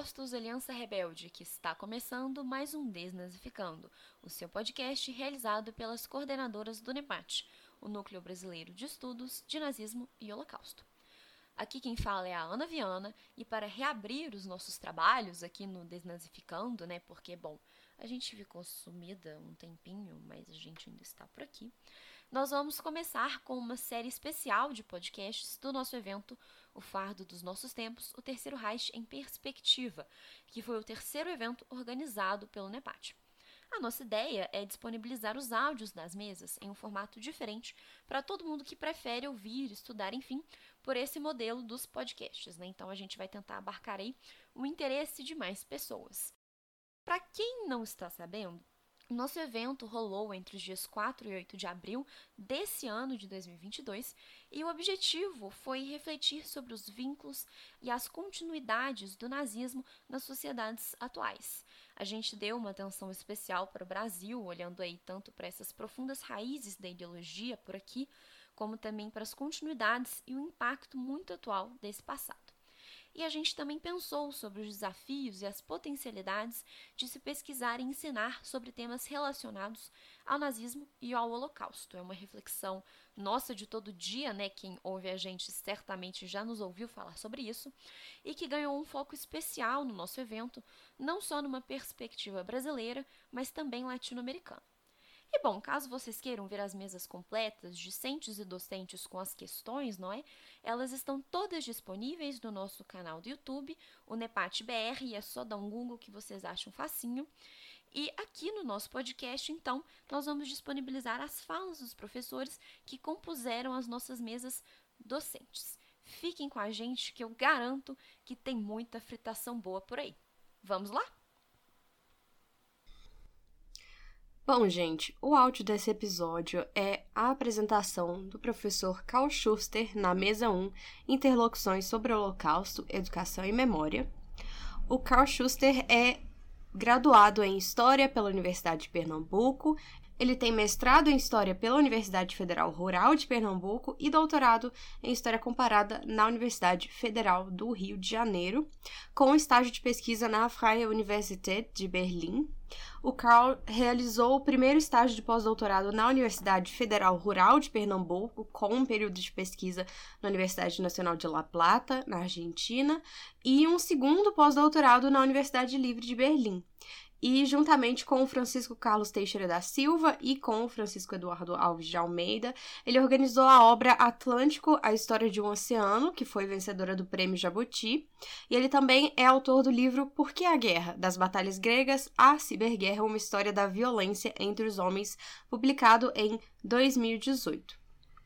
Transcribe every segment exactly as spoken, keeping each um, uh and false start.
Holocaustos, Aliança Rebelde, que está começando mais um Desnazificando, o seu podcast realizado pelas coordenadoras do NEPAT, o Núcleo Brasileiro de Estudos de Nazismo e Holocausto. Aqui quem fala é a Ana Viana, e para reabrir os nossos trabalhos aqui no Desnazificando, né, porque, bom, a gente ficou sumida um tempinho, mas a gente ainda está por aqui, nós vamos começar com uma série especial de podcasts do nosso evento O Fardo dos Nossos Tempos, o Terceiro Reich em Perspectiva, que foi o terceiro evento organizado pelo NEPAT. A nossa ideia é disponibilizar os áudios das mesas em um formato diferente para todo mundo que prefere ouvir, estudar, enfim, por esse modelo dos podcasts, né? Então a gente vai tentar abarcar aí o interesse de mais pessoas. Para quem não está sabendo, nosso evento rolou entre os dias quatro e oito de abril desse ano de dois mil e vinte e dois e o objetivo foi refletir sobre os vínculos e as continuidades do nazismo nas sociedades atuais. A gente deu uma atenção especial para o Brasil, olhando aí tanto para essas profundas raízes da ideologia por aqui, como também para as continuidades e o impacto muito atual desse passado. E a gente também pensou sobre os desafios e as potencialidades de se pesquisar e ensinar sobre temas relacionados ao nazismo e ao Holocausto. É uma reflexão nossa de todo dia, né? Quem ouve a gente certamente já nos ouviu falar sobre isso, e que ganhou um foco especial no nosso evento, não só numa perspectiva brasileira, mas também latino-americana. E bom, caso vocês queiram ver as mesas completas, discentes e docentes com as questões, não é? Elas estão todas disponíveis no nosso canal do YouTube, o NEPAT B R, e é só dar um Google que vocês acham facinho. E aqui no nosso podcast, então, nós vamos disponibilizar as falas dos professores que compuseram as nossas mesas docentes. Fiquem com a gente que eu garanto que tem muita fritação boa por aí. Vamos lá? Bom, gente, o áudio desse episódio é a apresentação do professor Karl Schuster na mesa um, Interlocuções sobre o Holocausto, Educação e Memória. O Karl Schuster é graduado em História pela Universidade de Pernambuco. Ele tem mestrado em História pela Universidade Federal Rural de Pernambuco e doutorado em História Comparada na Universidade Federal do Rio de Janeiro, com estágio de pesquisa na Freie Universität de Berlim. O Karl realizou o primeiro estágio de pós-doutorado na Universidade Federal Rural de Pernambuco, com um período de pesquisa na Universidade Nacional de La Plata, na Argentina, e um segundo pós-doutorado na Universidade Livre de Berlim. E, juntamente com o Francisco Carlos Teixeira da Silva e com o Francisco Eduardo Alves de Almeida, ele organizou a obra Atlântico, a História de um Oceano, que foi vencedora do Prêmio Jabuti. E ele também é autor do livro Por que a Guerra? Das Batalhas Gregas à Ciberguerra, uma história da violência entre os homens, publicado em dois mil e dezoito.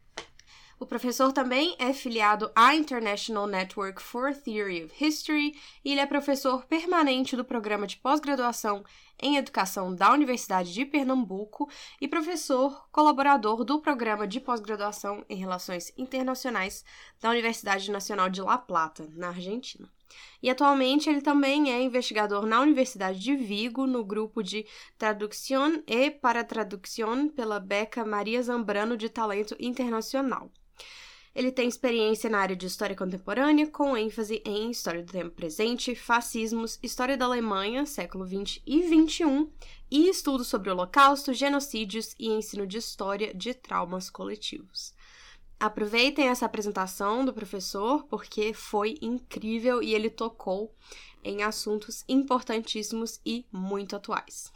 O professor também é filiado à International Network for Theory of History e ele é professor permanente do programa de pós-graduação em Educação da Universidade de Pernambuco e professor colaborador do programa de pós-graduação em Relações Internacionais da Universidade Nacional de La Plata, na Argentina. E atualmente ele também é investigador na Universidade de Vigo, no grupo de Traducción e para Traducción pela Beca Maria Zambrano de Talento Internacional. Ele tem experiência na área de História Contemporânea, com ênfase em História do Tempo Presente, Fascismos, História da Alemanha, século vinte e vinte e um, e estudos sobre o Holocausto, genocídios e ensino de História de traumas coletivos. Aproveitem essa apresentação do professor, porque foi incrível e ele tocou em assuntos importantíssimos e muito atuais.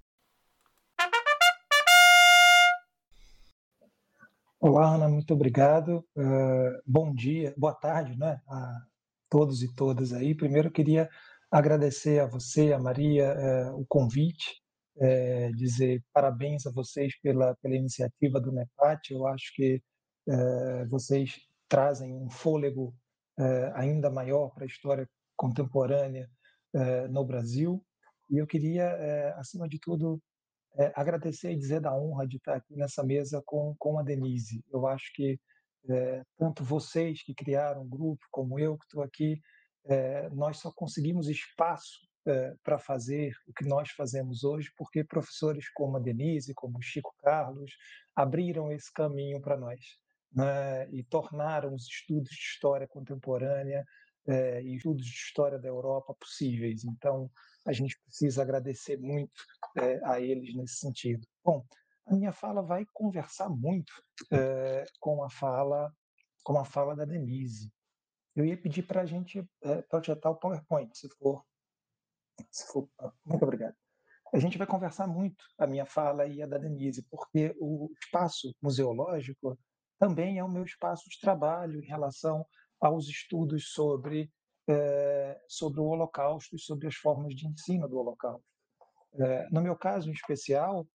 Olá, Ana, muito obrigado. Uh, bom dia, boa tarde, né, a todos e todas aí. Primeiro, eu queria agradecer a você, a Maria, uh, o convite, uh, dizer parabéns a vocês pela, pela iniciativa do NEPAT. Eu acho que uh, vocês trazem um fôlego uh, ainda maior para a história contemporânea uh, no Brasil. E eu queria, uh, acima de tudo, É, agradecer e dizer da honra de estar aqui nessa mesa com, com a Denise. Eu acho que é, tanto vocês que criaram o grupo, como eu que estou aqui, é, nós só conseguimos espaço é, para fazer o que nós fazemos hoje porque professores como a Denise, como o Chico Carlos, abriram esse caminho para nós, né, e tornaram os estudos de história contemporânea é, e estudos de história da Europa possíveis. Então, a gente precisa agradecer muito é, a eles nesse sentido. Bom, a minha fala vai conversar muito é, com a fala com a fala da Denise. Eu ia pedir para a gente é, projetar o PowerPoint, se for, se for. Muito obrigado. A gente vai conversar muito, a minha fala e a da Denise, porque o espaço museológico também é o meu espaço de trabalho em relação aos estudos sobre, é, sobre o Holocausto e sobre as formas de ensino do Holocausto. É, no meu caso, em especial,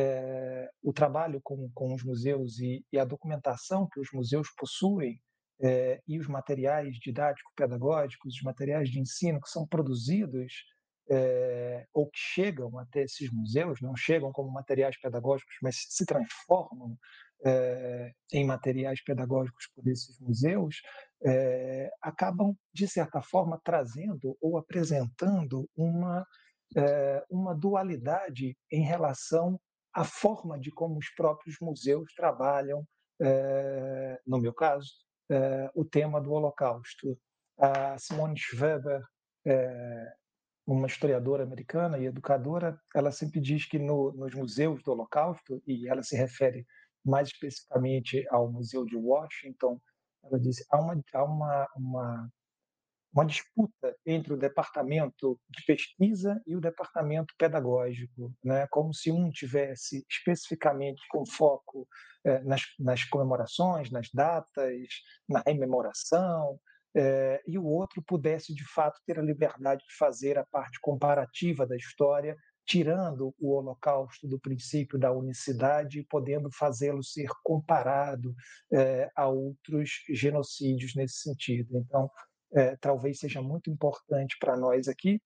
é, o trabalho com, com os museus e, e a documentação que os museus possuem é, e os materiais didático-pedagógicos, os materiais de ensino que são produzidos é, ou que chegam até esses museus, não chegam como materiais pedagógicos, mas se transformam é, em materiais pedagógicos por esses museus, é, acabam, de certa forma, trazendo ou apresentando uma é, uma dualidade em relação à forma de como os próprios museus trabalham, é, no meu caso, é, o tema do Holocausto. A Simone Schweber, é, uma historiadora americana e educadora, ela sempre diz que no, nos museus do Holocausto, e ela se refere mais especificamente ao Museu de Washington, ela diz há uma, há uma, uma uma disputa entre o departamento de pesquisa e o departamento pedagógico, né? Como se um tivesse especificamente com foco eh, nas, nas comemorações, nas datas, na rememoração, eh, e o outro pudesse, de fato, ter a liberdade de fazer a parte comparativa da história, tirando o Holocausto do princípio da unicidade e podendo fazê-lo ser comparado eh, a outros genocídios nesse sentido. Então, é, talvez seja muito importante para nós aqui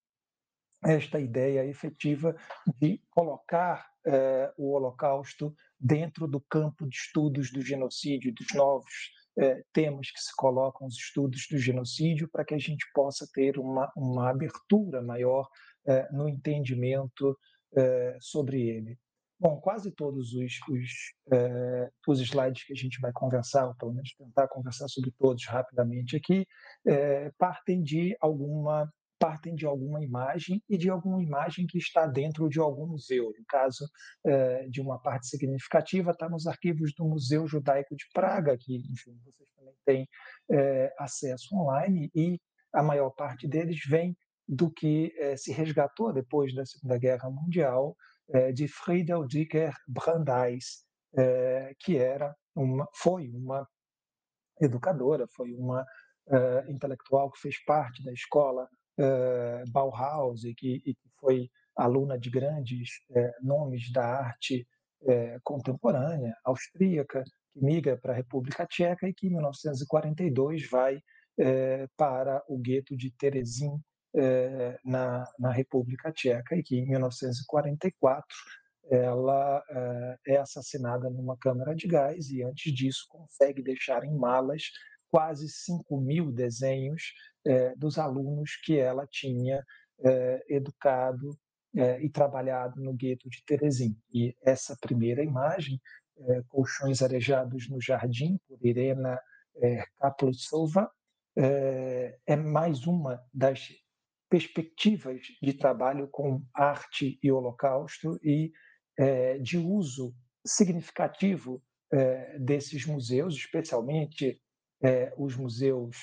esta ideia efetiva de colocar é, o Holocausto dentro do campo de estudos do genocídio, dos novos é, temas que se colocam os estudos do genocídio, para que a gente possa ter uma, uma abertura maior é, no entendimento é, sobre ele. Bom, quase todos os, os, é, os slides que a gente vai conversar, ou pelo menos tentar conversar sobre todos rapidamente aqui, é, partem de alguma partem de alguma imagem e de alguma imagem que está dentro de algum museu. No caso é, de uma parte significativa, está nos arquivos do Museu Judaico de Praga, que, enfim, vocês também têm é, acesso online, e a maior parte deles vem do que é, se resgatou depois da Segunda Guerra Mundial, é, de Friedel Dicker Brandeis, é, que era uma, foi uma educadora, foi uma uh, intelectual que fez parte da escola uh, Bauhaus e que, e que foi aluna de grandes uh, nomes da arte uh, contemporânea, austríaca, que migra para a República Tcheca e que em mil novecentos e quarenta e dois vai uh, para o gueto de Terezin, uh, na, na República Tcheca, e que em mil novecentos e quarenta e quatro ela uh, é assassinada numa câmara de gás e, antes disso, consegue deixar em malas quase cinco mil desenhos uh, dos alunos que ela tinha uh, educado uh, e trabalhado no gueto de Terezin. E essa primeira imagem, uh, Colchões Arejados no Jardim, por Irena uh, Kaplutsova, uh, é mais uma das perspectivas de trabalho com arte e holocausto e é, de uso significativo é, desses museus, especialmente é, os museus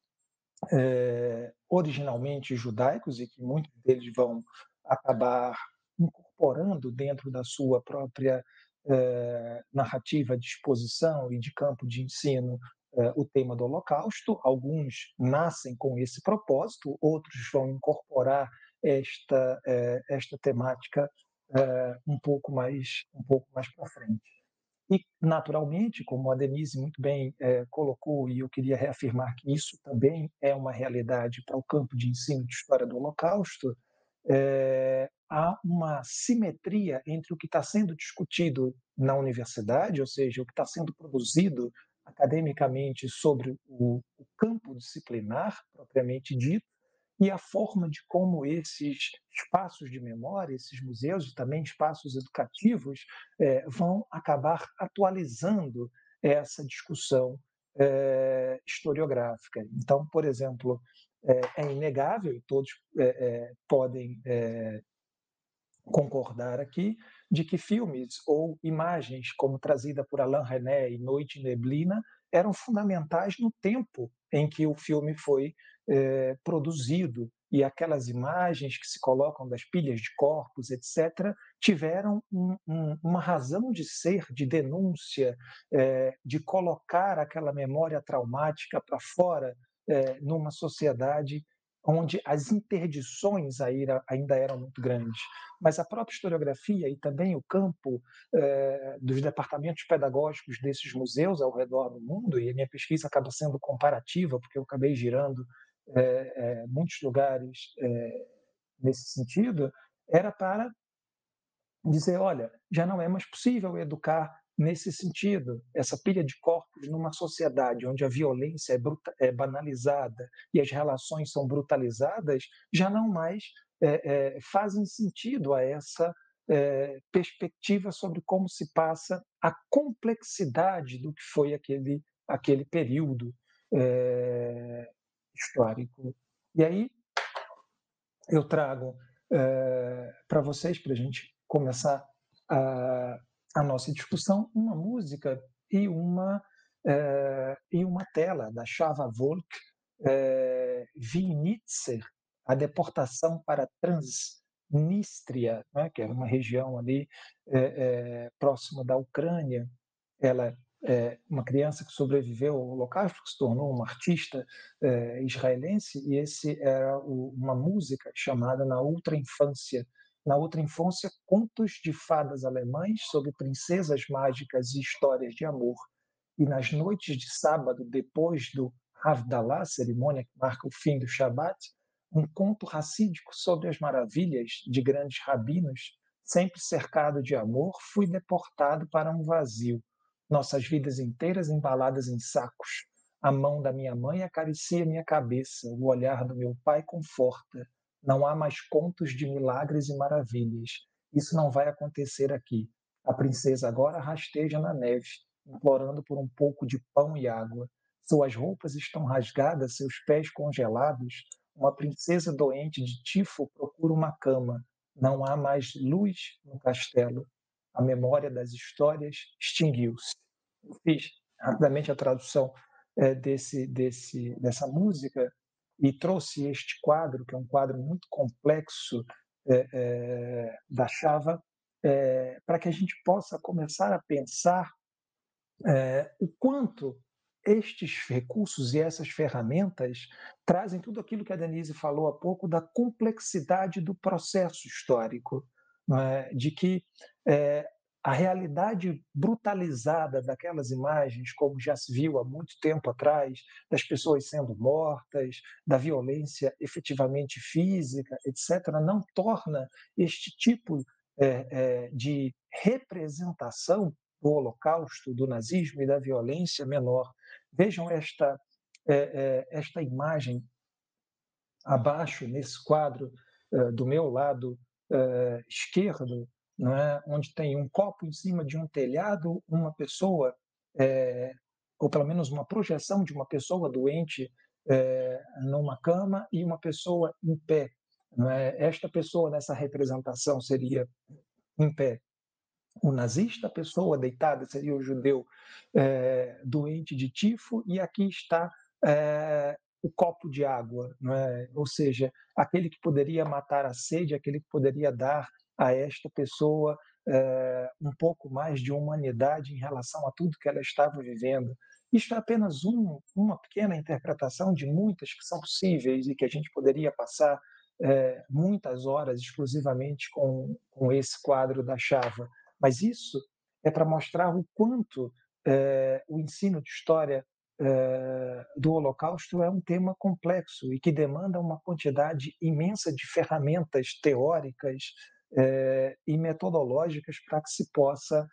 é, originalmente judaicos, e que muitos deles vão acabar incorporando dentro da sua própria é, narrativa de exposição e de campo de ensino é, o tema do Holocausto. Alguns nascem com esse propósito, outros vão incorporar esta, é, esta temática é, um pouco mais, um pouco mais para frente. E, naturalmente, como a Denise muito bem é, colocou, e eu queria reafirmar que isso também é uma realidade para o campo de ensino de história do Holocausto, é, há uma simetria entre o que está sendo discutido na universidade, ou seja, o que está sendo produzido academicamente sobre o, o campo disciplinar, propriamente dito, e a forma de como esses espaços de memória, esses museus e também espaços educativos eh, vão acabar atualizando essa discussão eh, historiográfica. Então, por exemplo, É, é inegável, e todos é, é, podem é, concordar aqui, de que filmes ou imagens, como trazida por Alain René e Noite e Neblina, eram fundamentais no tempo em que o filme foi é, produzido. E aquelas imagens que se colocam das pilhas de corpos, etcétera, tiveram um, um, uma razão de ser, de denúncia, é, de colocar aquela memória traumática para fora é, numa sociedade onde as interdições ainda eram muito grandes. Mas a própria historiografia e também o campo eh, dos departamentos pedagógicos desses museus ao redor do mundo, e a minha pesquisa acaba sendo comparativa, porque eu acabei girando eh, eh, muitos lugares eh, nesse sentido, era para dizer, olha, já não é mais possível educar nesse sentido. Essa pilha de corpos numa sociedade onde a violência é, bruta, é banalizada e as relações são brutalizadas, já não mais é, é, fazem sentido a essa é, perspectiva sobre como se passa a complexidade do que foi aquele, aquele período é, histórico. E aí eu trago é, para vocês, para a gente começar a, a nossa discussão, uma música e uma, é, e uma tela da Chava Volk, é, Vinitzer, a deportação para Transnistria, né, que era uma região ali é, é, próxima da Ucrânia. Ela é uma criança que sobreviveu ao Holocausto, que se tornou uma artista é, israelense, e esse era o, uma música chamada Na Outra Infância. Na Outra Infância, contos de fadas alemães sobre princesas mágicas e histórias de amor. E nas noites de sábado, depois do Havdalah, cerimônia que marca o fim do Shabat, um conto racídico sobre as maravilhas de grandes rabinos, sempre cercado de amor, fui deportado para um vazio. Nossas vidas inteiras embaladas em sacos. A mão da minha mãe acaricia minha cabeça, o olhar do meu pai conforta. Não há mais contos de milagres e maravilhas. Isso não vai acontecer aqui. A princesa agora rasteja na neve, implorando por um pouco de pão e água. Suas roupas estão rasgadas, seus pés congelados. Uma princesa doente de tifo procura uma cama. Não há mais luz no castelo. A memória das histórias extinguiu-se. Eu fiz rapidamente a tradução é, desse, desse, dessa música e trouxe este quadro, que é um quadro muito complexo é, é, da Chava, é, para que a gente possa começar a pensar é, o quanto estes recursos e essas ferramentas trazem tudo aquilo que a Denise falou há pouco da complexidade do processo histórico, não é? De que é, a realidade brutalizada daquelas imagens, como já se viu há muito tempo atrás, das pessoas sendo mortas, da violência efetivamente física, etcétera, não torna este tipo é, é, de representação do Holocausto, do nazismo e da violência menor. Vejam esta, é, é, esta imagem abaixo, nesse quadro é, do meu lado é, esquerdo, não é? Onde tem um copo em cima de um telhado, uma pessoa, é, ou pelo menos uma projeção de uma pessoa doente é, numa cama e uma pessoa em pé. Não é? Esta pessoa nessa representação seria em pé o nazista, a pessoa deitada seria o judeu é, doente de tifo, e aqui está é, o copo de água, não é? Ou seja, aquele que poderia matar a sede, aquele que poderia dar a esta pessoa é, um pouco mais de humanidade em relação a tudo que ela estava vivendo. Isto é apenas um, uma pequena interpretação de muitas que são possíveis e que a gente poderia passar é, muitas horas exclusivamente com, com esse quadro da Chava. Mas isso é para mostrar o quanto é, o ensino de história é, do Holocausto é um tema complexo e que demanda uma quantidade imensa de ferramentas teóricas é, e metodológicas para que se possa,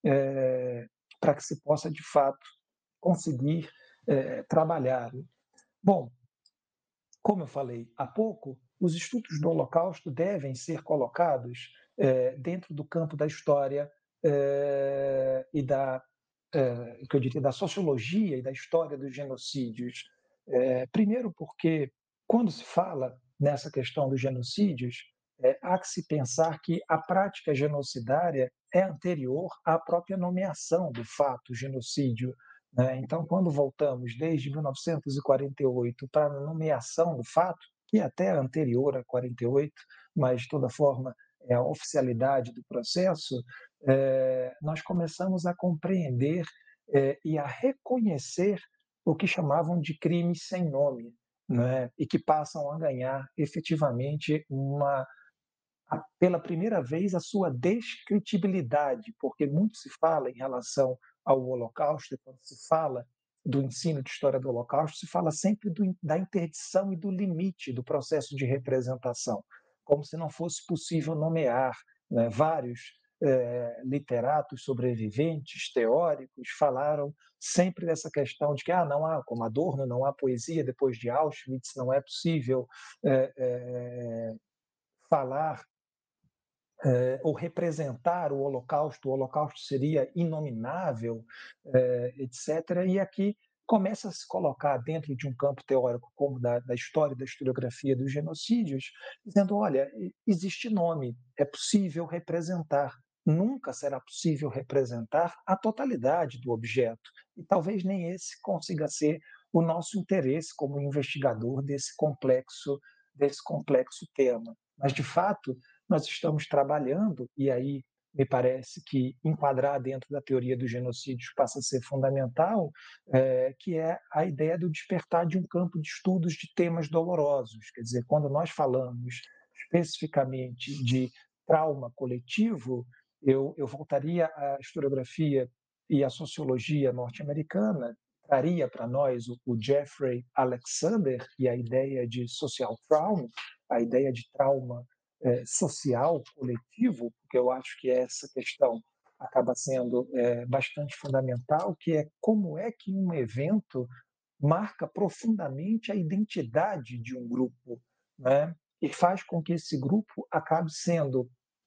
é, para que se possa de fato conseguir é, trabalhar. Bom, como eu falei há pouco, os estudos do Holocausto devem ser colocados é, dentro do campo da história é, e da, é, que eu diria, da sociologia e da história dos genocídios. É, primeiro porque, quando se fala nessa questão dos genocídios, é, há que se pensar que a prática genocidária é anterior à própria nomeação do fato genocídio. Né? Então, quando voltamos desde mil novecentos e quarenta e oito para a nomeação do fato, que é até anterior a quarenta e oito, mas de toda forma é a oficialidade do processo, é, nós começamos a compreender é, e a reconhecer o que chamavam de crimes sem nome, né? E que passam a ganhar efetivamente uma a, pela primeira vez a sua descritibilidade, porque muito se fala em relação ao Holocausto, e quando se fala do ensino de história do Holocausto, se fala sempre do, da interdição e do limite do processo de representação, como se não fosse possível nomear, né? Vários eh, literatos sobreviventes, teóricos, falaram sempre dessa questão de que ah, não há, como Adorno, não há poesia depois de Auschwitz, não é possível eh, eh, falar eh, ou representar o Holocausto, o Holocausto seria inominável, eh, etcétera. E aqui começa a se colocar dentro de um campo teórico como da, da história, da historiografia dos genocídios, dizendo, olha, existe nome, é possível representar. Nunca será possível representar a totalidade do objeto. E talvez nem esse consiga ser o nosso interesse como investigador desse complexo, desse complexo tema. Mas, de fato, nós estamos trabalhando, e aí me parece que enquadrar dentro da teoria dos genocídios passa a ser fundamental, é, que é a ideia do despertar de um campo de estudos de temas dolorosos. Quer dizer, quando nós falamos especificamente de trauma coletivo, eu, eu voltaria à historiografia e à sociologia norte-americana, traria para nós o, o Jeffrey Alexander e a ideia de social trauma, a ideia de trauma é, social, coletivo, porque eu acho que essa questão acaba sendo é, bastante fundamental, que é como é que um evento marca profundamente a identidade de um grupo, né? E faz com que esse grupo acabe sendo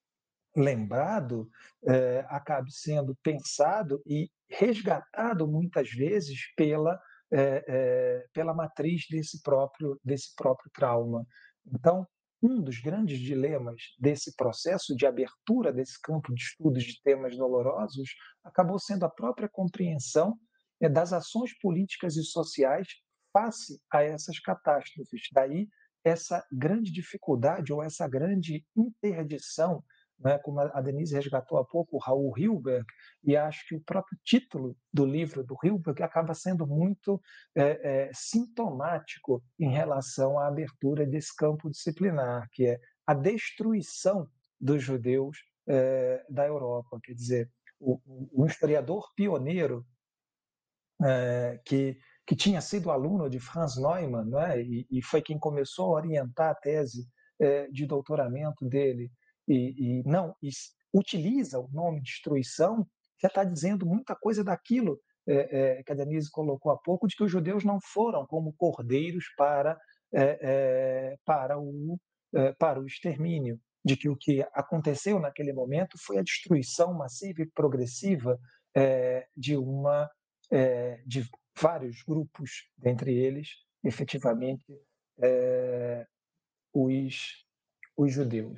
lembrado, eh, acabe sendo pensado e resgatado muitas vezes pela, eh, eh, pela matriz desse próprio, desse próprio trauma. Então, um dos grandes dilemas desse processo de abertura desse campo de estudos de temas dolorosos acabou sendo a própria compreensão eh, das ações políticas e sociais face a essas catástrofes. Daí, essa grande dificuldade ou essa grande interdição, né, como a Denise resgatou há pouco, o Raul Hilberg, e acho que o próprio título do livro do Hilberg acaba sendo muito é, é, sintomático em relação à abertura desse campo disciplinar, que é a destruição dos judeus é, da Europa. Quer dizer, o, o historiador pioneiro é, que, que tinha sido aluno de Franz Neumann, né, e, e foi quem começou a orientar a tese é, de doutoramento dele, e, e não e utiliza o nome destruição, já está dizendo muita coisa daquilo é, é, que a Denise colocou há pouco, de que os judeus não foram como cordeiros para, é, é, para, o, é, para o extermínio, de que o que aconteceu naquele momento foi a destruição massiva e progressiva é, de uma é, de vários grupos, dentre eles, efetivamente, é, os, os judeus.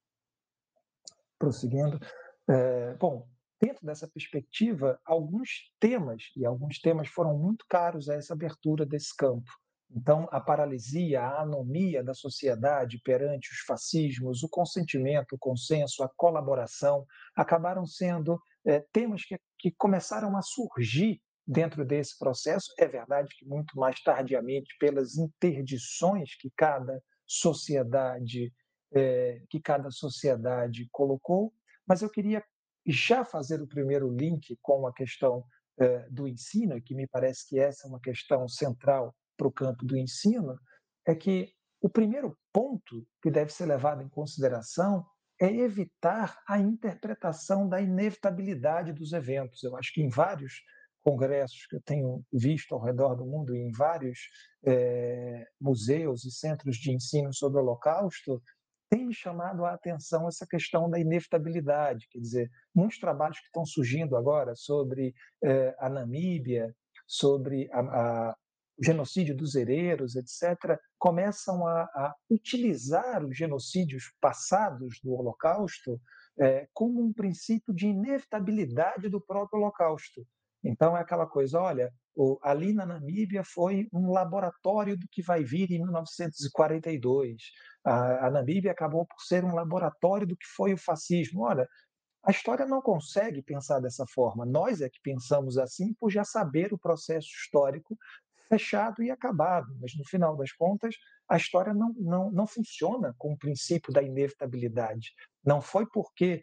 Prosseguindo, é, bom, dentro dessa perspectiva, alguns temas, e alguns temas foram muito caros a essa abertura desse campo. Então, a paralisia, a anomia da sociedade perante os fascismos, o consentimento, o consenso, a colaboração, acabaram sendo é, temas que, que começaram a surgir dentro desse processo. É verdade que muito mais tardiamente, pelas interdições que cada sociedade é, que cada sociedade colocou, mas eu queria já fazer o primeiro link com a questão é, do ensino, que me parece que essa é uma questão central para o campo do ensino, é que o primeiro ponto que deve ser levado em consideração é evitar a interpretação da inevitabilidade dos eventos. Eu acho que em vários congressos que eu tenho visto ao redor do mundo, e em vários é, museus e centros de ensino sobre o Holocausto, tem me chamado a atenção essa questão da inevitabilidade. Quer dizer, muitos trabalhos que estão surgindo agora sobre eh, a Namíbia, sobre a, a, o genocídio dos hereros, etcétera, começam a, a utilizar os genocídios passados do Holocausto é, como um princípio de inevitabilidade do próprio Holocausto. Então é aquela coisa, olha, o, ali na Namíbia foi um laboratório do que vai vir em mil novecentos e quarenta e dois. A, a Namíbia acabou por ser um laboratório do que foi o fascismo. Olha, a história não consegue pensar dessa forma. Nós é que pensamos assim por já saber o processo histórico fechado e acabado. Mas, no final das contas, a história não, não, não funciona com o princípio da inevitabilidade. Não foi porque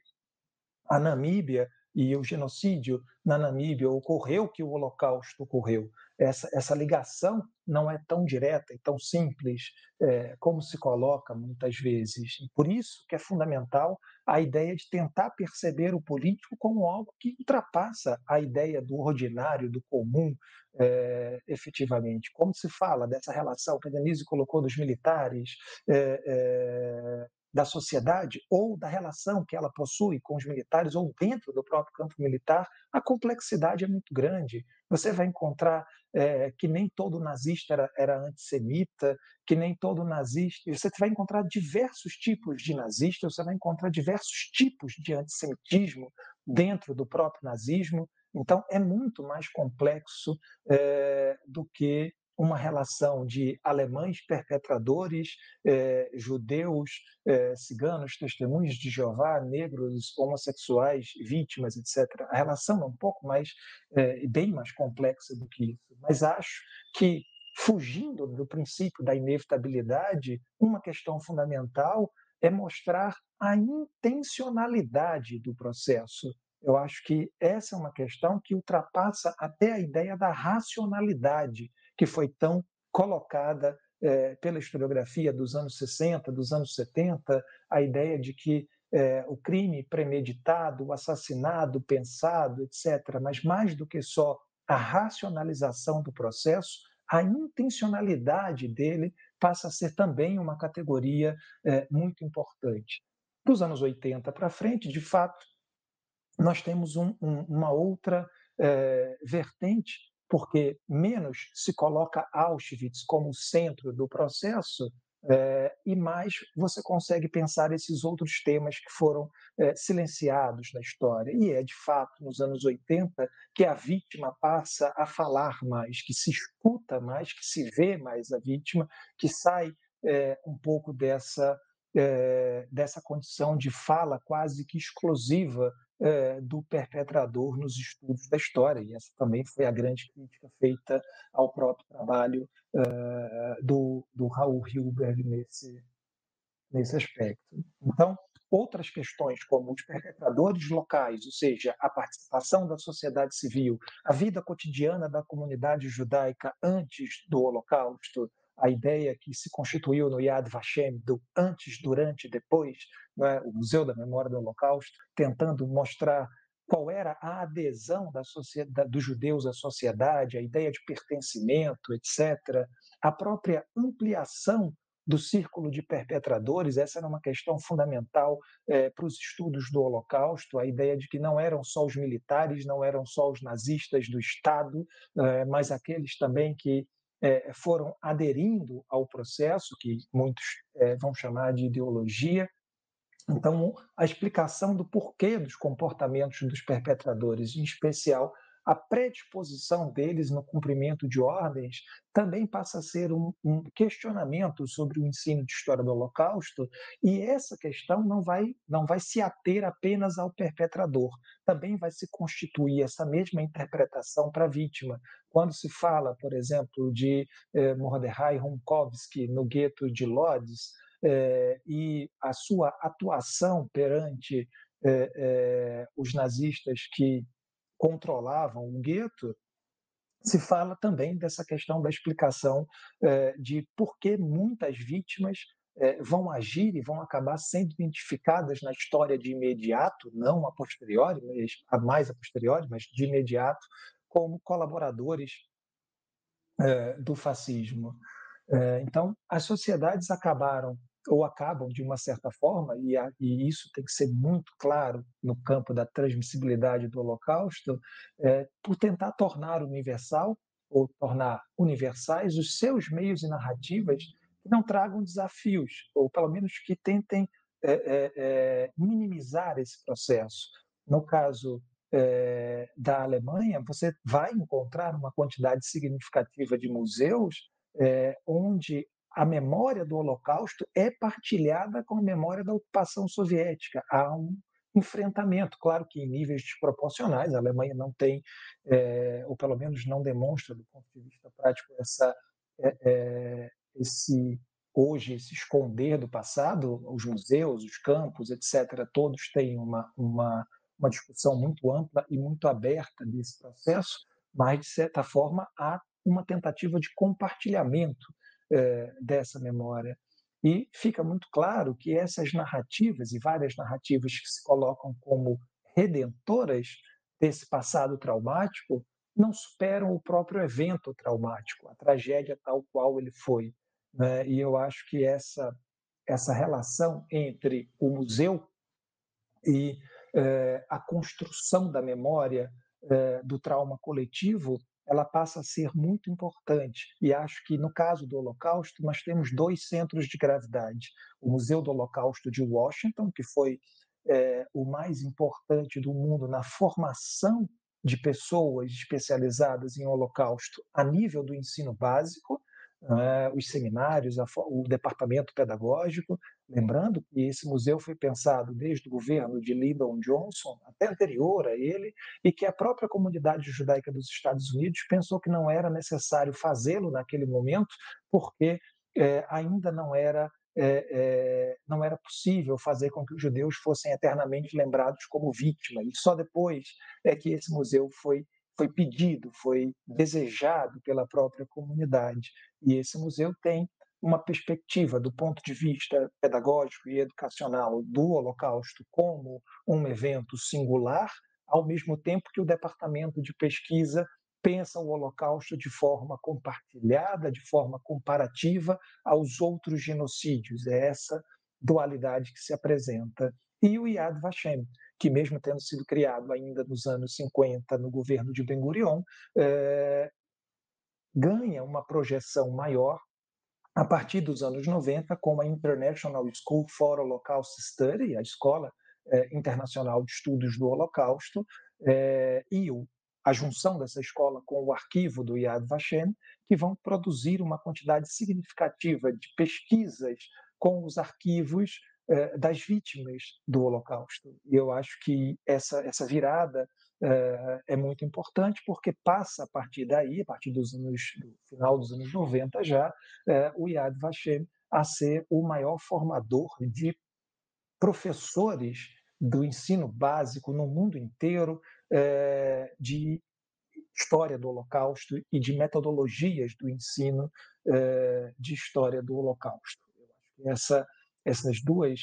a Namíbia e o genocídio na Namíbia ocorreu que o Holocausto ocorreu. Essa, essa ligação não é tão direta e tão simples é, como se coloca muitas vezes. E por isso que é fundamental a ideia de tentar perceber o político como algo que ultrapassa a ideia do ordinário, do comum, é, efetivamente. Como se fala dessa relação que a Denise colocou dos militares, é, é, da sociedade ou da relação que ela possui com os militares ou dentro do próprio campo militar, a complexidade é muito grande. Você vai encontrar é, que nem todo nazista era, era antissemita, que nem todo nazista... Você vai encontrar diversos tipos de nazistas, você vai encontrar diversos tipos de antissemitismo dentro do próprio nazismo. Então, é muito mais complexo é, do que uma relação de alemães perpetradores, eh, judeus, eh, ciganos, testemunhas de Jeová, negros, homossexuais, vítimas, etcétera. A relação é um pouco mais, eh, bem mais complexa do que isso. Mas acho que, fugindo do princípio da inevitabilidade, uma questão fundamental é mostrar a intencionalidade do processo. Eu acho que essa é uma questão que ultrapassa até a ideia da racionalidade, que foi tão colocada é, pela historiografia dos anos sessenta, dos anos setenta, a ideia de que é, o crime premeditado, o assassinado, pensado, etcétera, mas mais do que só a racionalização do processo, a intencionalidade dele passa a ser também uma categoria é, muito importante. Dos anos oitenta para frente, de fato, nós temos um, um, uma outra é, vertente, porque menos se coloca Auschwitz como centro do processo, é, e mais você consegue pensar esses outros temas que foram é, silenciados na história. E é, de fato, nos anos oitenta que a vítima passa a falar mais, que se escuta mais, que se vê mais a vítima, que sai é, um pouco dessa, é, dessa condição de fala quase que exclusiva é, do perpetrador nos estudos da história. E essa também foi a grande crítica feita ao próprio trabalho é, do, do Raul Hilberg nesse, nesse aspecto. Então, outras questões, como os perpetradores locais, ou seja, a participação da sociedade civil, a vida cotidiana da comunidade judaica antes do Holocausto, a ideia que se constituiu no Yad Vashem do antes, durante e depois, né, o Museu da Memória do Holocausto, tentando mostrar qual era a adesão da sociedade, dos judeus à sociedade, a ideia de pertencimento, etcétera, a própria ampliação do círculo de perpetradores. Essa era uma questão fundamental eh, para os estudos do Holocausto, a ideia de que não eram só os militares, não eram só os nazistas do Estado, eh, mas aqueles também que eh, foram aderindo ao processo, que muitos eh, vão chamar de ideologia. Então, a explicação do porquê dos comportamentos dos perpetradores, em especial a predisposição deles no cumprimento de ordens, também passa a ser um, um questionamento sobre o ensino de história do Holocausto, e essa questão não vai, não vai se ater apenas ao perpetrador, também vai se constituir essa mesma interpretação para a vítima. Quando se fala, por exemplo, de eh, Mordechai Rumkowski no gueto de Lodz, eh, e a sua atuação perante eh, eh, os nazistas que controlavam o gueto, se fala também dessa questão da explicação eh, de por que muitas vítimas eh, vão agir e vão acabar sendo identificadas na história de imediato, não a posteriori, mas, mais a posteriori, mas de imediato, como colaboradores eh, do fascismo. Eh, então, as sociedades acabaram ou acabam de uma certa forma, e, a, e isso tem que ser muito claro no campo da transmissibilidade do Holocausto, é, por tentar tornar universal ou tornar universais os seus meios e narrativas que não tragam desafios, ou pelo menos que tentem é, é, é, minimizar esse processo. No caso é, da Alemanha, você vai encontrar uma quantidade significativa de museus é, onde a memória do Holocausto é partilhada com a memória da ocupação soviética. Há um enfrentamento, claro que em níveis desproporcionais, a Alemanha não tem, é, ou pelo menos não demonstra, do ponto de vista prático, essa, é, é, esse hoje se esconder do passado. Os museus, os campos, etcétera, todos têm uma, uma, uma discussão muito ampla e muito aberta desse processo, mas, de certa forma, há uma tentativa de compartilhamento eh, dessa memória. E fica muito claro que essas narrativas, e várias narrativas que se colocam como redentoras desse passado traumático, não superam o próprio evento traumático, a tragédia tal qual ele foi. Né? E eu acho que essa, essa relação entre o museu e eh, a construção da memória eh, do trauma coletivo, ela passa a ser muito importante. E acho que, no caso do Holocausto, nós temos dois centros de gravidade. O Museu do Holocausto de Washington, que foi eh, o mais importante do mundo na formação de pessoas especializadas em Holocausto a nível do ensino básico, uh, os seminários, a, o departamento pedagógico. Lembrando que esse museu foi pensado desde o governo de Lyndon Johnson, até anterior a ele, e que a própria comunidade judaica dos Estados Unidos pensou que não era necessário fazê-lo naquele momento, porque é, ainda não era, é, é, não era possível fazer com que os judeus fossem eternamente lembrados como vítimas. E só depois é que esse museu foi foi pedido, foi desejado pela própria comunidade. E esse museu tem uma perspectiva do ponto de vista pedagógico e educacional do Holocausto como um evento singular, ao mesmo tempo que o departamento de pesquisa pensa o Holocausto de forma compartilhada, de forma comparativa aos outros genocídios. É essa dualidade que se apresenta. E o Yad Vashem, que mesmo tendo sido criado ainda nos anos cinquenta no governo de Ben-Gurion, eh, ganha uma projeção maior a partir dos anos noventa, com a International School for Holocaust Study, a Escola eh, Internacional de Estudos do Holocausto, eh, e o, a junção dessa escola com o arquivo do Yad Vashem, que vão produzir uma quantidade significativa de pesquisas com os arquivos eh, das vítimas do Holocausto. E eu acho que essa, essa virada é muito importante, porque passa a partir daí, a partir dos anos, do final dos anos noventa já, é, o Yad Vashem a ser o maior formador de professores do ensino básico no mundo inteiro, é, de história do Holocausto e de metodologias do ensino é, de história do Holocausto. Eu acho que essa, essas duas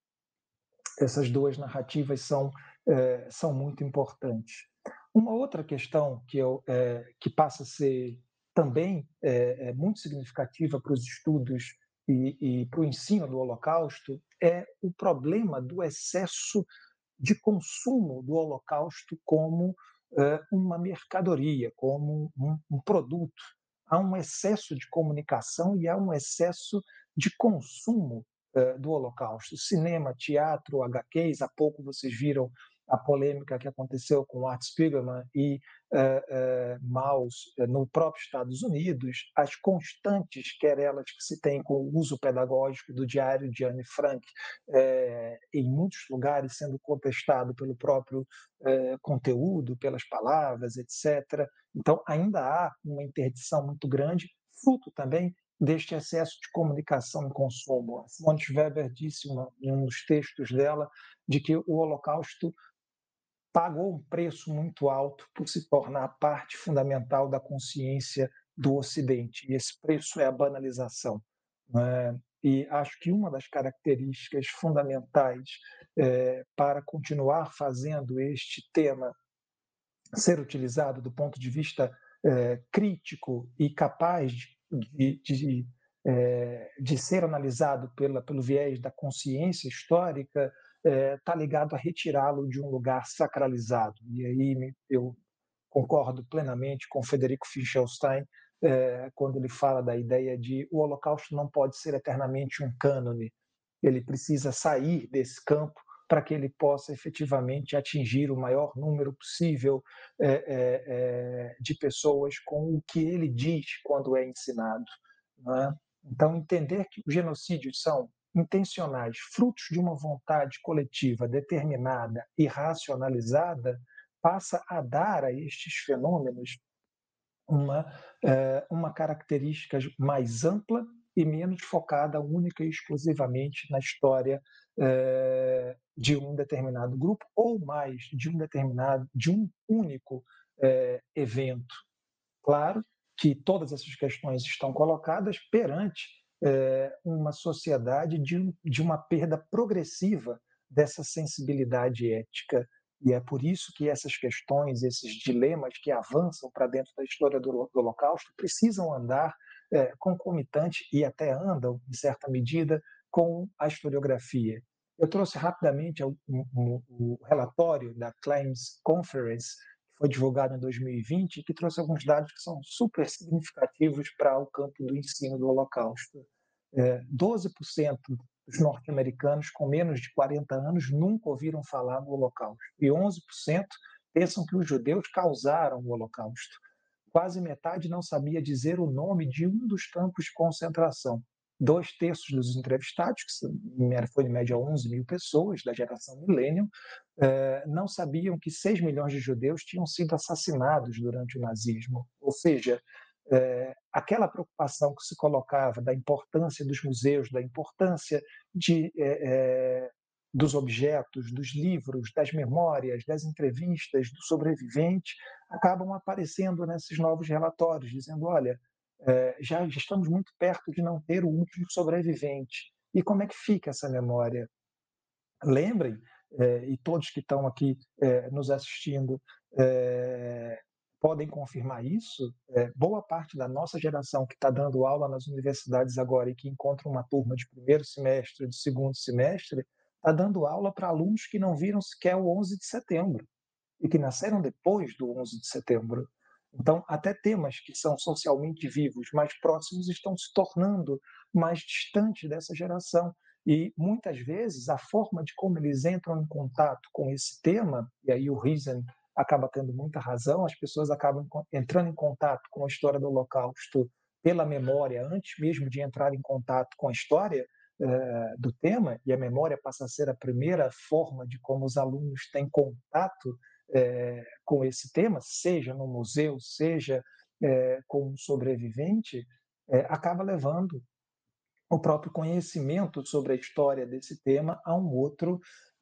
essas duas narrativas são é, são muito importantes. Uma outra questão que, eu, é, que passa a ser também é, é muito significativa para os estudos e, e para o ensino do Holocausto é o problema do excesso de consumo do Holocausto como é, uma mercadoria, como um, um produto. Há um excesso de comunicação e há um excesso de consumo do Holocausto. Cinema, teatro, agá quês, há pouco vocês viram a polêmica que aconteceu com Art Spiegelman e uh, uh, Maus uh, no próprio Estados Unidos, as constantes querelas que se tem com o uso pedagógico do diário de Anne Frank, uh, em muitos lugares sendo contestado pelo próprio uh, conteúdo, pelas palavras, etcétera. Então, ainda há uma interdição muito grande, fruto também deste excesso de comunicação e consumo. A Simone Weber disse uma, em um dos textos dela de que o Holocausto pagou um preço muito alto por se tornar parte fundamental da consciência do Ocidente. E esse preço é a banalização. Né? E acho que uma das características fundamentais é, para continuar fazendo este tema ser utilizado do ponto de vista é, crítico e capaz de de, de, é, de ser analisado pela, pelo viés da consciência histórica, está é, ligado a retirá-lo de um lugar sacralizado. E aí eu concordo plenamente com Federico Finkelstein é, quando ele fala da ideia de o Holocausto não pode ser eternamente um cânone, ele precisa sair desse campo para que ele possa efetivamente atingir o maior número possível é, é, é, de pessoas com o que ele diz quando é ensinado. Não é? Então, entender que os genocídios são intencionais, frutos de uma vontade coletiva determinada e racionalizada, passa a dar a estes fenômenos uma, uma característica mais ampla e menos focada única e exclusivamente na história de um determinado grupo ou mais de um determinado, de um único evento. Claro que todas essas questões estão colocadas perante uma sociedade de, de uma perda progressiva dessa sensibilidade ética. E é por isso que essas questões, esses dilemas que avançam para dentro da história do, do Holocausto precisam andar é, concomitante e até andam, em certa medida, com a historiografia. Eu trouxe rapidamente o, o, o relatório da Claims Conference, que foi divulgado em dois mil e vinte, e que trouxe alguns dados que são super significativos para o campo do ensino do Holocausto. É, doze por cento dos norte-americanos com menos de quarenta anos nunca ouviram falar no Holocausto. E onze por cento pensam que os judeus causaram o Holocausto. Quase metade não sabia dizer o nome de um dos campos de concentração. Dois terços dos entrevistados, que foi em média onze mil pessoas da geração Millennium, não sabiam que seis milhões de judeus tinham sido assassinados durante o nazismo. Ou seja, É, aquela preocupação que se colocava da importância dos museus, da importância de, é, é, dos objetos, dos livros, das memórias, das entrevistas do sobrevivente, acabam aparecendo nesses novos relatórios, dizendo, olha, é, já, já estamos muito perto de não ter o último sobrevivente. E como é que fica essa memória? Lembrem, é, e todos que estão aqui é, nos assistindo, é, podem confirmar isso, é, boa parte da nossa geração que está dando aula nas universidades agora e que encontra uma turma de primeiro semestre, de segundo semestre, está dando aula para alunos que não viram sequer o onze de setembro e que nasceram depois do onze de setembro. Então, até temas que são socialmente vivos, mais próximos, estão se tornando mais distantes dessa geração. E, muitas vezes, a forma de como eles entram em contato com esse tema, e aí o Riesen acaba tendo muita razão, as pessoas acabam entrando em contato com a história do Holocausto pela memória, antes mesmo de entrar em contato com a história eh, do tema, e a memória passa a ser a primeira forma de como os alunos têm contato eh, com esse tema, seja no museu, seja eh, com um sobrevivente, eh, acaba levando o próprio conhecimento sobre a história desse tema a um outro,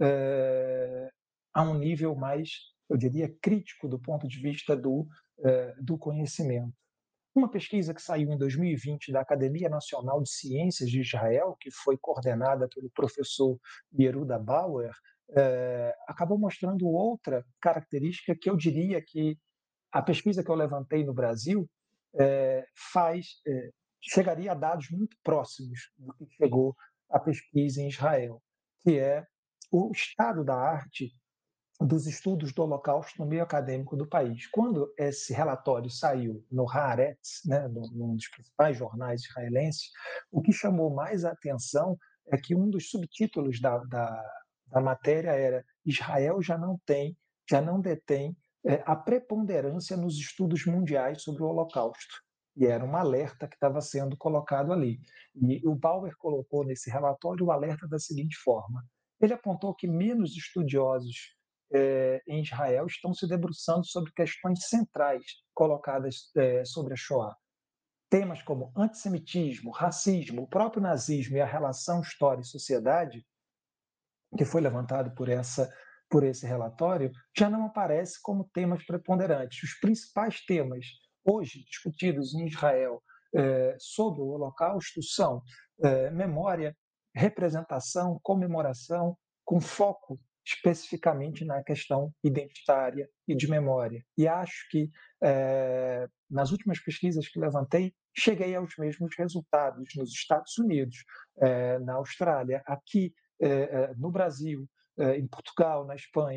eh, a um nível mais, eu diria, crítico do ponto de vista do, eh, do conhecimento. Uma pesquisa que saiu em dois mil e vinte da Academia Nacional de Ciências de Israel, que foi coordenada pelo professor Yehuda Bauer, eh, acabou mostrando outra característica que eu diria que a pesquisa que eu levantei no Brasil eh, faz eh, chegaria a dados muito próximos do que chegou a pesquisa em Israel, que é o estado da arte dos estudos do Holocausto no meio acadêmico do país. Quando esse relatório saiu no Haaretz, né, num dos principais jornais israelenses, o que chamou mais a atenção é que um dos subtítulos da, da, da matéria era Israel já não tem, já não detém é, a preponderância nos estudos mundiais sobre o Holocausto. E era um alerta que estava sendo colocado ali. E o Bauer colocou nesse relatório o alerta da seguinte forma. Ele apontou que menos estudiosos eh, em Israel estão se debruçando sobre questões centrais colocadas eh, sobre a Shoah. Temas como antissemitismo, racismo, o próprio nazismo e a relação história e sociedade, que foi levantado por, essa, por esse relatório, já não aparece como temas preponderantes. Os principais temas hoje discutidos em Israel eh, sobre o Holocausto são eh, memória, representação, comemoração, com foco especificamente na questão identitária e de memória. E acho que, eh, nas últimas pesquisas que levantei, cheguei aos mesmos resultados nos Estados Unidos, eh, na Austrália, aqui eh, no Brasil, eh, em Portugal, na Espanha.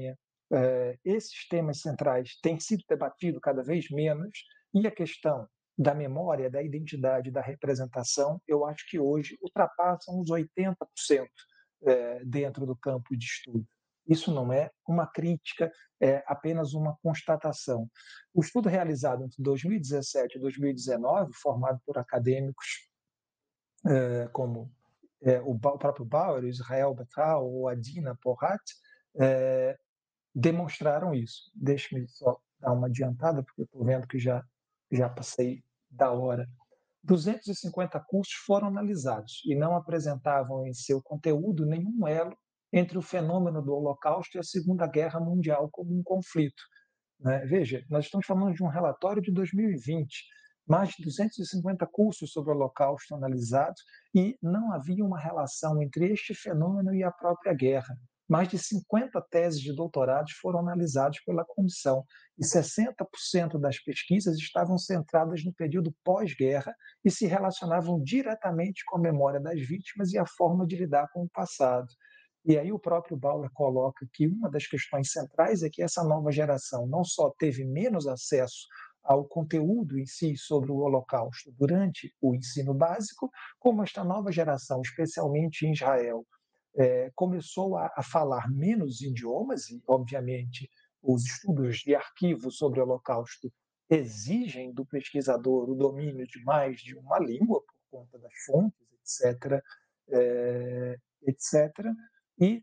eh, esses temas centrais têm sido debatidos cada vez menos, e a questão da memória, da identidade, da representação, eu acho que hoje ultrapassam os oitenta por cento eh, dentro do campo de estudo. Isso não é uma crítica, é apenas uma constatação. O estudo realizado entre dois mil e dezessete e dois mil e dezenove, formado por acadêmicos eh, como eh, o, o próprio Bauer, o Israel Betral ou a Dina Porat, eh, demonstraram isso. Deixe-me só dar uma adiantada, porque eu estou vendo que já, já passei da hora. duzentos e cinquenta cursos foram analisados e não apresentavam em seu conteúdo nenhum elo entre o fenômeno do Holocausto e a Segunda Guerra Mundial como um conflito. Né? Veja, nós estamos falando de um relatório de dois mil e vinte, mais de duzentos e cinquenta cursos sobre o Holocausto analisados, e não havia uma relação entre este fenômeno e a própria guerra. Mais de cinquenta teses de doutorados foram analisadas pela comissão, e sessenta por cento das pesquisas estavam centradas no período pós-guerra e se relacionavam diretamente com a memória das vítimas e a forma de lidar com o passado. E aí o próprio Bauer coloca que uma das questões centrais é que essa nova geração não só teve menos acesso ao conteúdo em si sobre o Holocausto durante o ensino básico, como esta nova geração, especialmente em Israel, é, começou a, a falar menos idiomas, e, obviamente, os estudos de arquivo sobre o Holocausto exigem do pesquisador o domínio de mais de uma língua, por conta das fontes, etc., é, etcétera. E,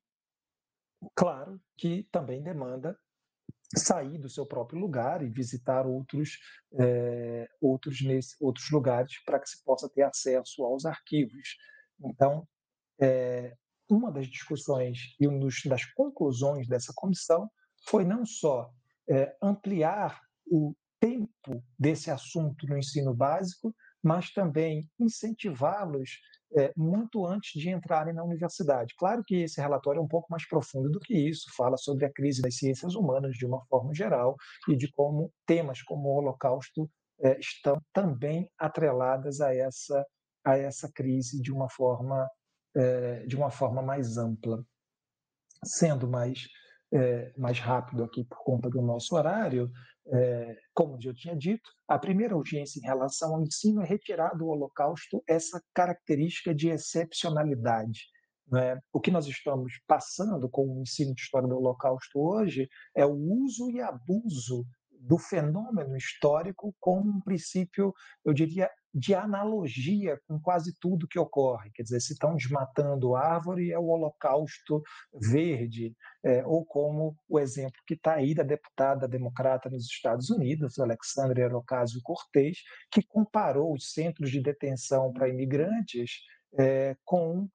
claro, que também demanda sair do seu próprio lugar e visitar outros, é, outros, nesse, outros lugares para que se possa ter acesso aos arquivos. Então, é, uma das discussões e uma das conclusões dessa comissão foi não só é, ampliar o tempo desse assunto no ensino básico, mas também incentivá-los é, muito antes de entrarem na universidade. Claro que esse relatório é um pouco mais profundo do que isso, fala sobre a crise das ciências humanas de uma forma geral e de como temas como o Holocausto é, estão também atreladas a essa, a essa crise de uma forma é, de uma forma mais ampla. Sendo mais, é, mais rápido aqui por conta do nosso horário, é, como eu tinha dito, a primeira urgência em relação ao ensino é retirar do Holocausto essa característica de excepcionalidade. Né? O que nós estamos passando com o ensino de história do Holocausto hoje é o uso e abuso do fenômeno histórico como um princípio, eu diria, de analogia com quase tudo que ocorre. Quer dizer, se estão desmatando árvore, é o Holocausto verde, é, ou como o exemplo que está aí da deputada democrata nos Estados Unidos, Alexandria Ocasio-Cortez, que comparou os centros de detenção para imigrantes é, com,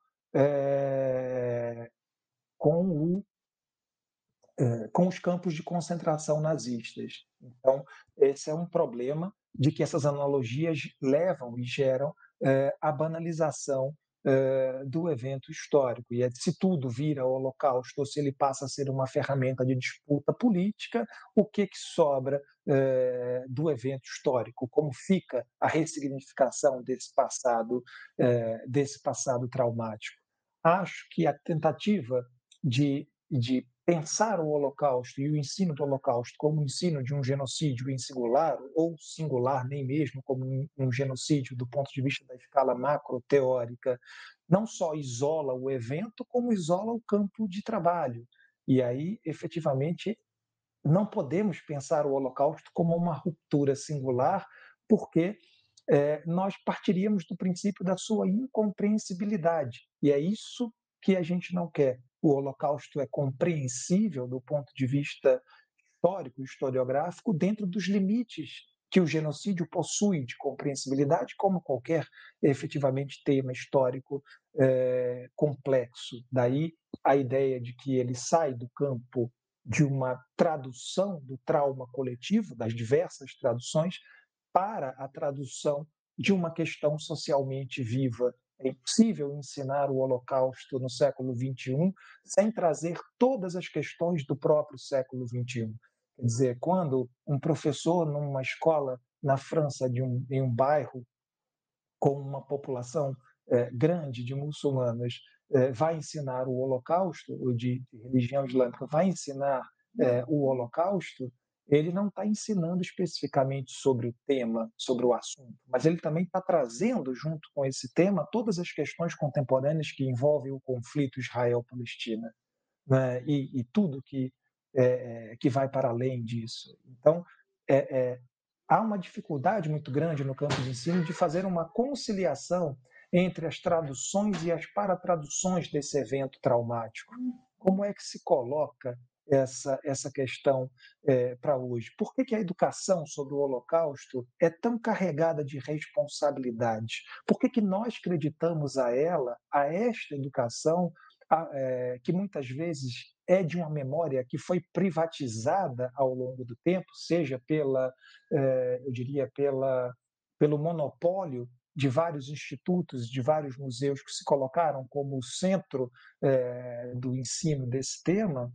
é, com o com os campos de concentração nazistas. Então, esse é um problema de que essas analogias levam e geram eh, a banalização eh, do evento histórico. E é, se tudo vira o Holocausto, ou se ele passa a ser uma ferramenta de disputa política, o que, que sobra eh, do evento histórico? Como fica a ressignificação desse passado, eh, desse passado traumático? Acho que a tentativa de, de pensar o Holocausto e o ensino do Holocausto como o ensino de um genocídio em singular, ou singular nem mesmo como um genocídio do ponto de vista da escala macro-teórica, não só isola o evento, como isola o campo de trabalho. E aí, efetivamente, não podemos pensar o Holocausto como uma ruptura singular, porque é, nós partiríamos do princípio da sua incompreensibilidade. E é isso que a gente não quer. O Holocausto é compreensível do ponto de vista histórico, historiográfico, dentro dos limites que o genocídio possui de compreensibilidade, como qualquer, efetivamente, tema histórico é, complexo. Daí a ideia de que ele sai do campo de uma tradução do trauma coletivo, das diversas traduções, para a tradução de uma questão socialmente viva. É impossível ensinar o Holocausto no século vinte e um sem trazer todas as questões do próprio século vinte e um. Quer dizer, quando um professor numa escola na França, de um, em um bairro com uma população eh, grande de muçulmanos, eh, vai ensinar o Holocausto, ou de, de religião islâmica, vai ensinar é, o Holocausto, ele não está ensinando especificamente sobre o tema, sobre o assunto, mas ele também está trazendo, junto com esse tema, todas as questões contemporâneas que envolvem o conflito Israel-Palestina, né? e, e tudo que, é, que vai para além disso. Então, é, é, há uma dificuldade muito grande no campo de ensino de fazer uma conciliação entre as traduções e as paratraduções desse evento traumático. Como é que se coloca essa, essa questão é, para hoje? Por que, que a educação sobre o Holocausto é tão carregada de responsabilidade? Por que, que nós acreditamos a ela, a esta educação, a, é, que muitas vezes é de uma memória que foi privatizada ao longo do tempo, seja pela, é, eu diria, pela, pelo monopólio de vários institutos, de vários museus que se colocaram como o centro é, do ensino desse tema,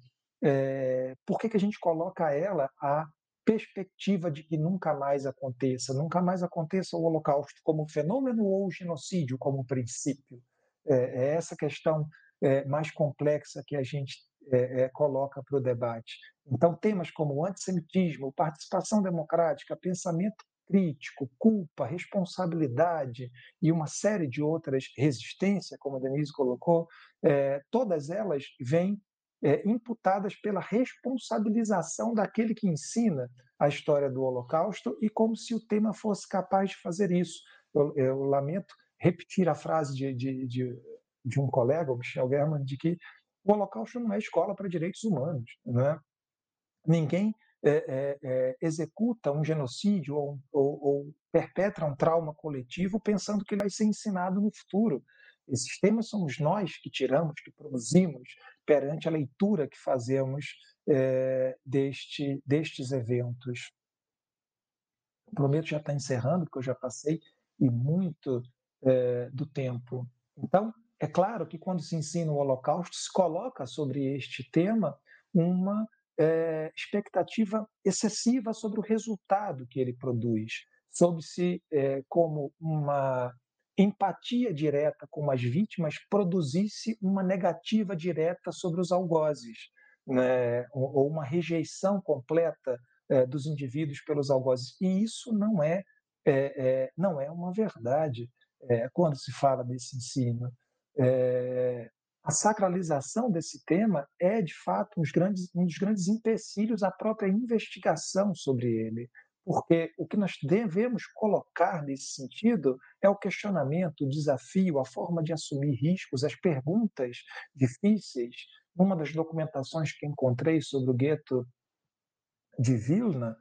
é, por que, que a gente coloca a ela a perspectiva de que nunca mais aconteça, nunca mais aconteça o Holocausto como fenômeno ou o genocídio como princípio? É, é essa questão é, mais complexa que a gente é, é, coloca para o debate. Então, temas como o antissemitismo, participação democrática, pensamento crítico, culpa, responsabilidade e uma série de outras resistências, como a Denise colocou, é, todas elas vêm é, imputadas pela responsabilização daquele que ensina a história do Holocausto e como se o tema fosse capaz de fazer isso. Eu, eu lamento repetir a frase de, de, de, de um colega, o Michel German, de que o Holocausto não é escola para direitos humanos, né? Ninguém é, é, é, executa um genocídio ou, ou, ou perpetra um trauma coletivo pensando que ele vai ser ensinado no futuro. Esses temas somos nós que tiramos, que produzimos perante a leitura que fazemos é, deste, destes eventos. Prometo já estar encerrando, porque eu já passei e muito é, do tempo. Então, é claro que quando se ensina o Holocausto, se coloca sobre este tema uma é, expectativa excessiva sobre o resultado que ele produz, sobre-se é, como uma empatia direta com as vítimas produzisse uma negativa direta sobre os algozes, né? ou uma rejeição completa é, dos indivíduos pelos algozes. E isso não é, é, é não é uma verdade é, quando se fala desse ensino. É, a sacralização desse tema é, de fato, um dos, grandes, um dos grandes empecilhos à própria investigação sobre ele, porque o que nós devemos colocar nesse sentido é o questionamento, o desafio, a forma de assumir riscos, as perguntas difíceis. Numa das documentações que encontrei sobre o gueto de Vilna,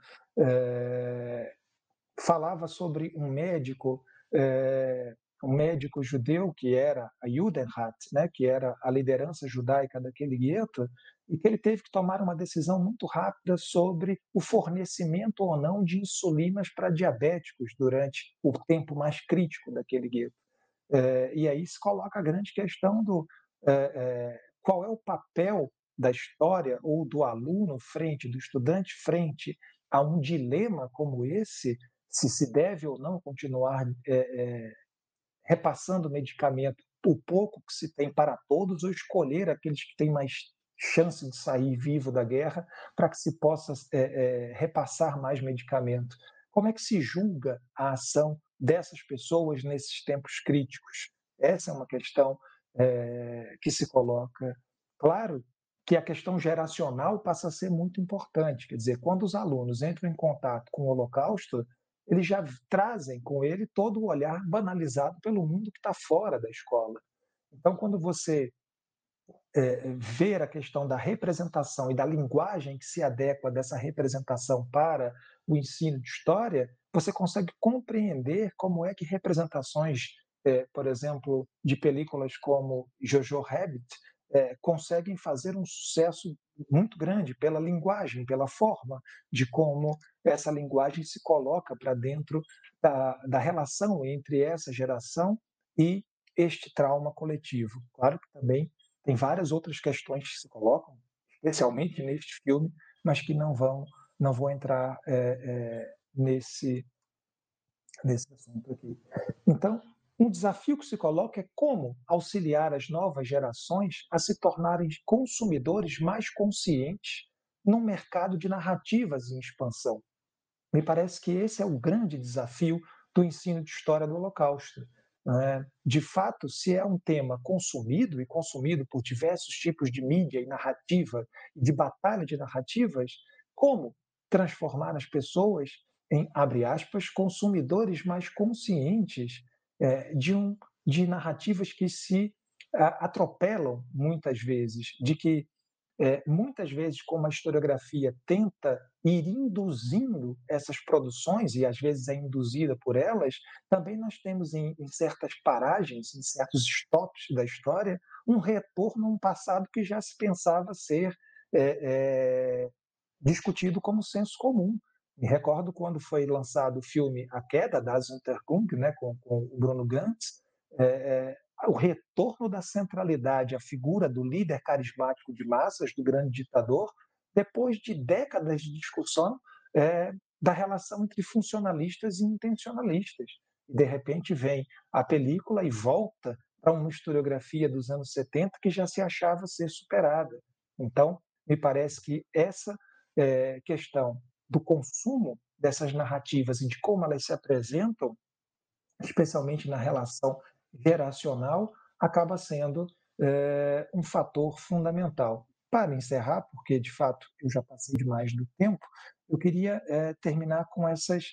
é, falava sobre um médico, é, um médico judeu que era a Judenrat, né, que era a liderança judaica daquele gueto, e que ele teve que tomar uma decisão muito rápida sobre o fornecimento ou não de insulinas para diabéticos durante o tempo mais crítico daquele gueto. É, e aí se coloca a grande questão do é, é, qual é o papel da história ou do aluno frente, do estudante frente a um dilema como esse, se se deve ou não continuar é, é, repassando medicamento, o pouco que se tem para todos, ou escolher aqueles que têm mais chance de sair vivo da guerra para que se possa é, é, repassar mais medicamento. Como é que se julga a ação dessas pessoas nesses tempos críticos? Essa é uma questão é, que se coloca. Claro que a questão geracional passa a ser muito importante. Quer dizer, quando os alunos entram em contato com o Holocausto, eles já trazem com ele todo o olhar banalizado pelo mundo que está fora da escola. Então, quando você é, ver a questão da representação e da linguagem que se adequa dessa representação para o ensino de história, você consegue compreender como é que representações, é, por exemplo, de películas como Jojo Rabbit, é, conseguem fazer um sucesso muito grande pela linguagem, pela forma de como essa linguagem se coloca para dentro da, da relação entre essa geração e este trauma coletivo. Claro que também tem várias outras questões que se colocam, especialmente neste filme, mas que não vão, não vou entrar é, é, nesse, nesse assunto aqui. Então, um desafio que se coloca é como auxiliar as novas gerações a se tornarem consumidores mais conscientes num mercado de narrativas em expansão. Me parece que esse é o grande desafio do ensino de história do Holocausto. Né? De fato, se é um tema consumido e consumido por diversos tipos de mídia e narrativa, de batalha de narrativas, como transformar as pessoas em, abre aspas, consumidores mais conscientes é, de, um, de narrativas que se a, atropelam muitas vezes, de que é, muitas vezes, como a historiografia tenta ir induzindo essas produções, e às vezes é induzida por elas, também nós temos em, em certas paragens, em certos stops da história, um retorno a um passado que já se pensava ser é, é, discutido como senso comum. Me recordo quando foi lançado o filme A Queda, das Untergang, né, com, com o Bruno Gantz, é, é, o retorno da centralidade à figura do líder carismático de massas, do grande ditador, depois de décadas de discussão é, da relação entre funcionalistas e intencionalistas. E, de repente, vem a película e volta para uma historiografia dos anos setenta que já se achava ser superada. Então, me parece que essa é, questão do consumo dessas narrativas e de como elas se apresentam, especialmente na relação geracional, acaba sendo é, um fator fundamental. Para encerrar, porque de fato eu já passei demais do tempo, eu queria é, terminar com essas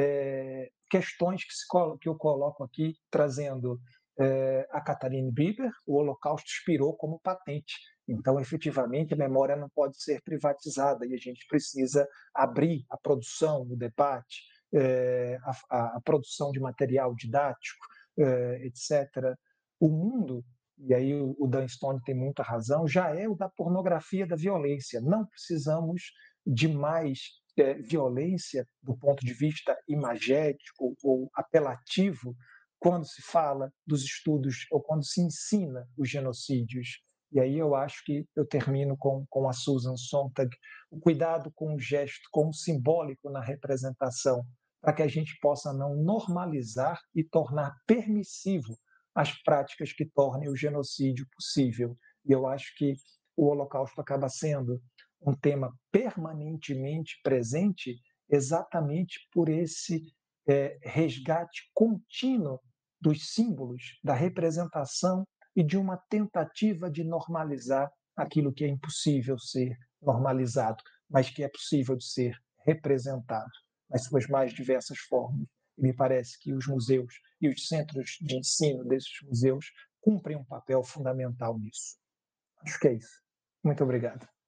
é, questões que, se, que eu coloco aqui, trazendo é, a Katharine Biber. O Holocausto expirou como patente. Então, efetivamente, a memória não pode ser privatizada e a gente precisa abrir a produção, o debate, é, a, a, produção de material didático, é, etcétera. O mundo, e aí o, o Dan Stone tem muita razão, já é o da pornografia da violência. Não precisamos de mais é, violência do ponto de vista imagético ou apelativo quando se fala dos estudos ou quando se ensina os genocídios. E aí eu acho que eu termino com, com a Susan Sontag, o cuidado com o gesto, com o simbólico na representação, para que a gente possa não normalizar e tornar permissivo as práticas que tornem o genocídio possível. E eu acho que o Holocausto acaba sendo um tema permanentemente presente exatamente por esse é, resgate contínuo dos símbolos, da representação e de uma tentativa de normalizar aquilo que é impossível ser normalizado, mas que é possível de ser representado nas suas mais diversas formas. E me parece que os museus e os centros de ensino desses museus cumprem um papel fundamental nisso. Acho que é isso. Muito obrigado.